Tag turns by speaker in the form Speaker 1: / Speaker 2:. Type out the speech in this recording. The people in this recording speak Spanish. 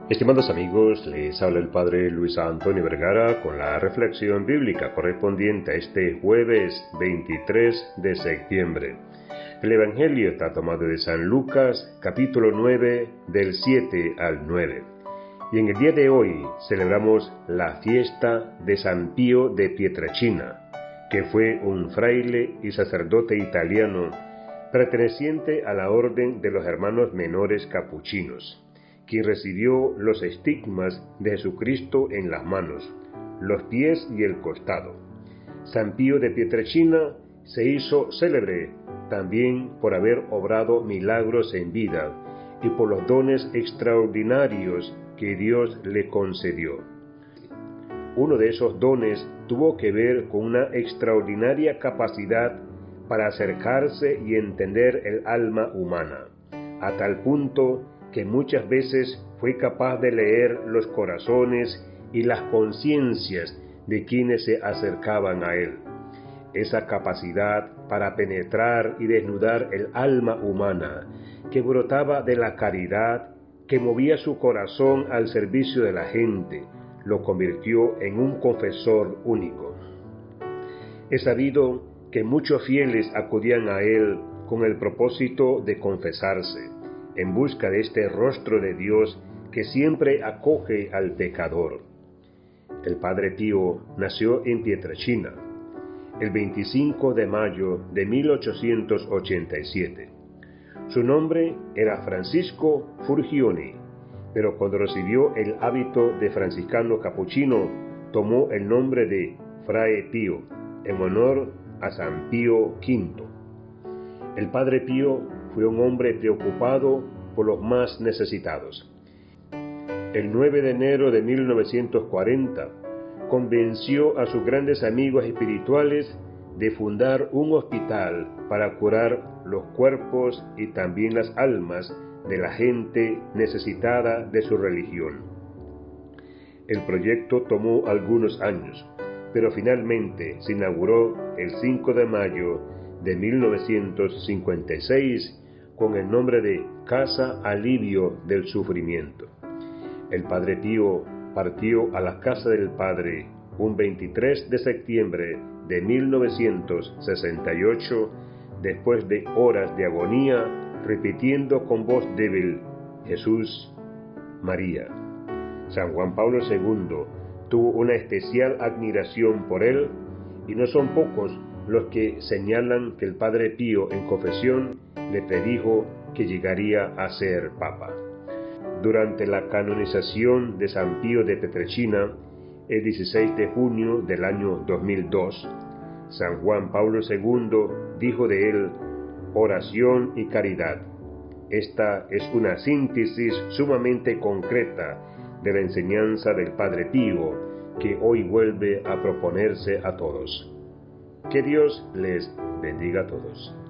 Speaker 1: Estimados amigos, les habla el Padre Luis Antonio Vergara con la reflexión bíblica correspondiente a este jueves 23 de septiembre. El Evangelio está tomado de San Lucas, capítulo 9, del 7 al 9. Y en el día de hoy celebramos la fiesta de San Pío de Pietrelcina, que fue un fraile y sacerdote italiano perteneciente a la orden de los hermanos menores capuchinos, quien recibió los estigmas de Jesucristo en las manos, los pies y el costado. San Pío de Pietrelcina se hizo célebre también por haber obrado milagros en vida y por los dones extraordinarios que Dios le concedió. Uno de esos dones tuvo que ver con una extraordinaria capacidad para acercarse y entender el alma humana, a tal punto que muchas veces fue capaz de leer los corazones y las conciencias de quienes se acercaban a él. Esa capacidad para penetrar y desnudar el alma humana, que brotaba de la caridad, que movía su corazón al servicio de la gente, lo convirtió en un confesor único. Es sabido que muchos fieles acudían a él con el propósito de confesarse, en busca de este rostro de Dios que siempre acoge al pecador. El Padre Pío nació en Pietrelcina el 25 de mayo de 1887. Su nombre era Francisco Furgioni, pero cuando recibió el hábito de franciscano capuchino, tomó el nombre de Fray Pío, en honor a San Pío V. El Padre Pío fue un hombre preocupado por los más necesitados. El 9 de enero de 1940, convenció a sus grandes amigos espirituales de fundar un hospital para curar los cuerpos y también las almas de la gente necesitada de su religión. El proyecto tomó algunos años, pero finalmente se inauguró el 5 de mayo de 1956 con el nombre de Casa Alivio del Sufrimiento. El Padre Pío partió a la casa del Padre un 23 de septiembre de 1968, después de horas de agonía, repitiendo con voz débil: Jesús, María. San Juan Pablo II tuvo una especial admiración por él, y no son pocos los que señalan que el Padre Pío en confesión le predijo que llegaría a ser Papa. Durante la canonización de San Pío de Pietrelcina, el 16 de junio del año 2002, San Juan Pablo II dijo de él: oración y caridad. Esta es una síntesis sumamente concreta de la enseñanza del Padre Pío, que hoy vuelve a proponerse a todos. Que Dios les bendiga a todos.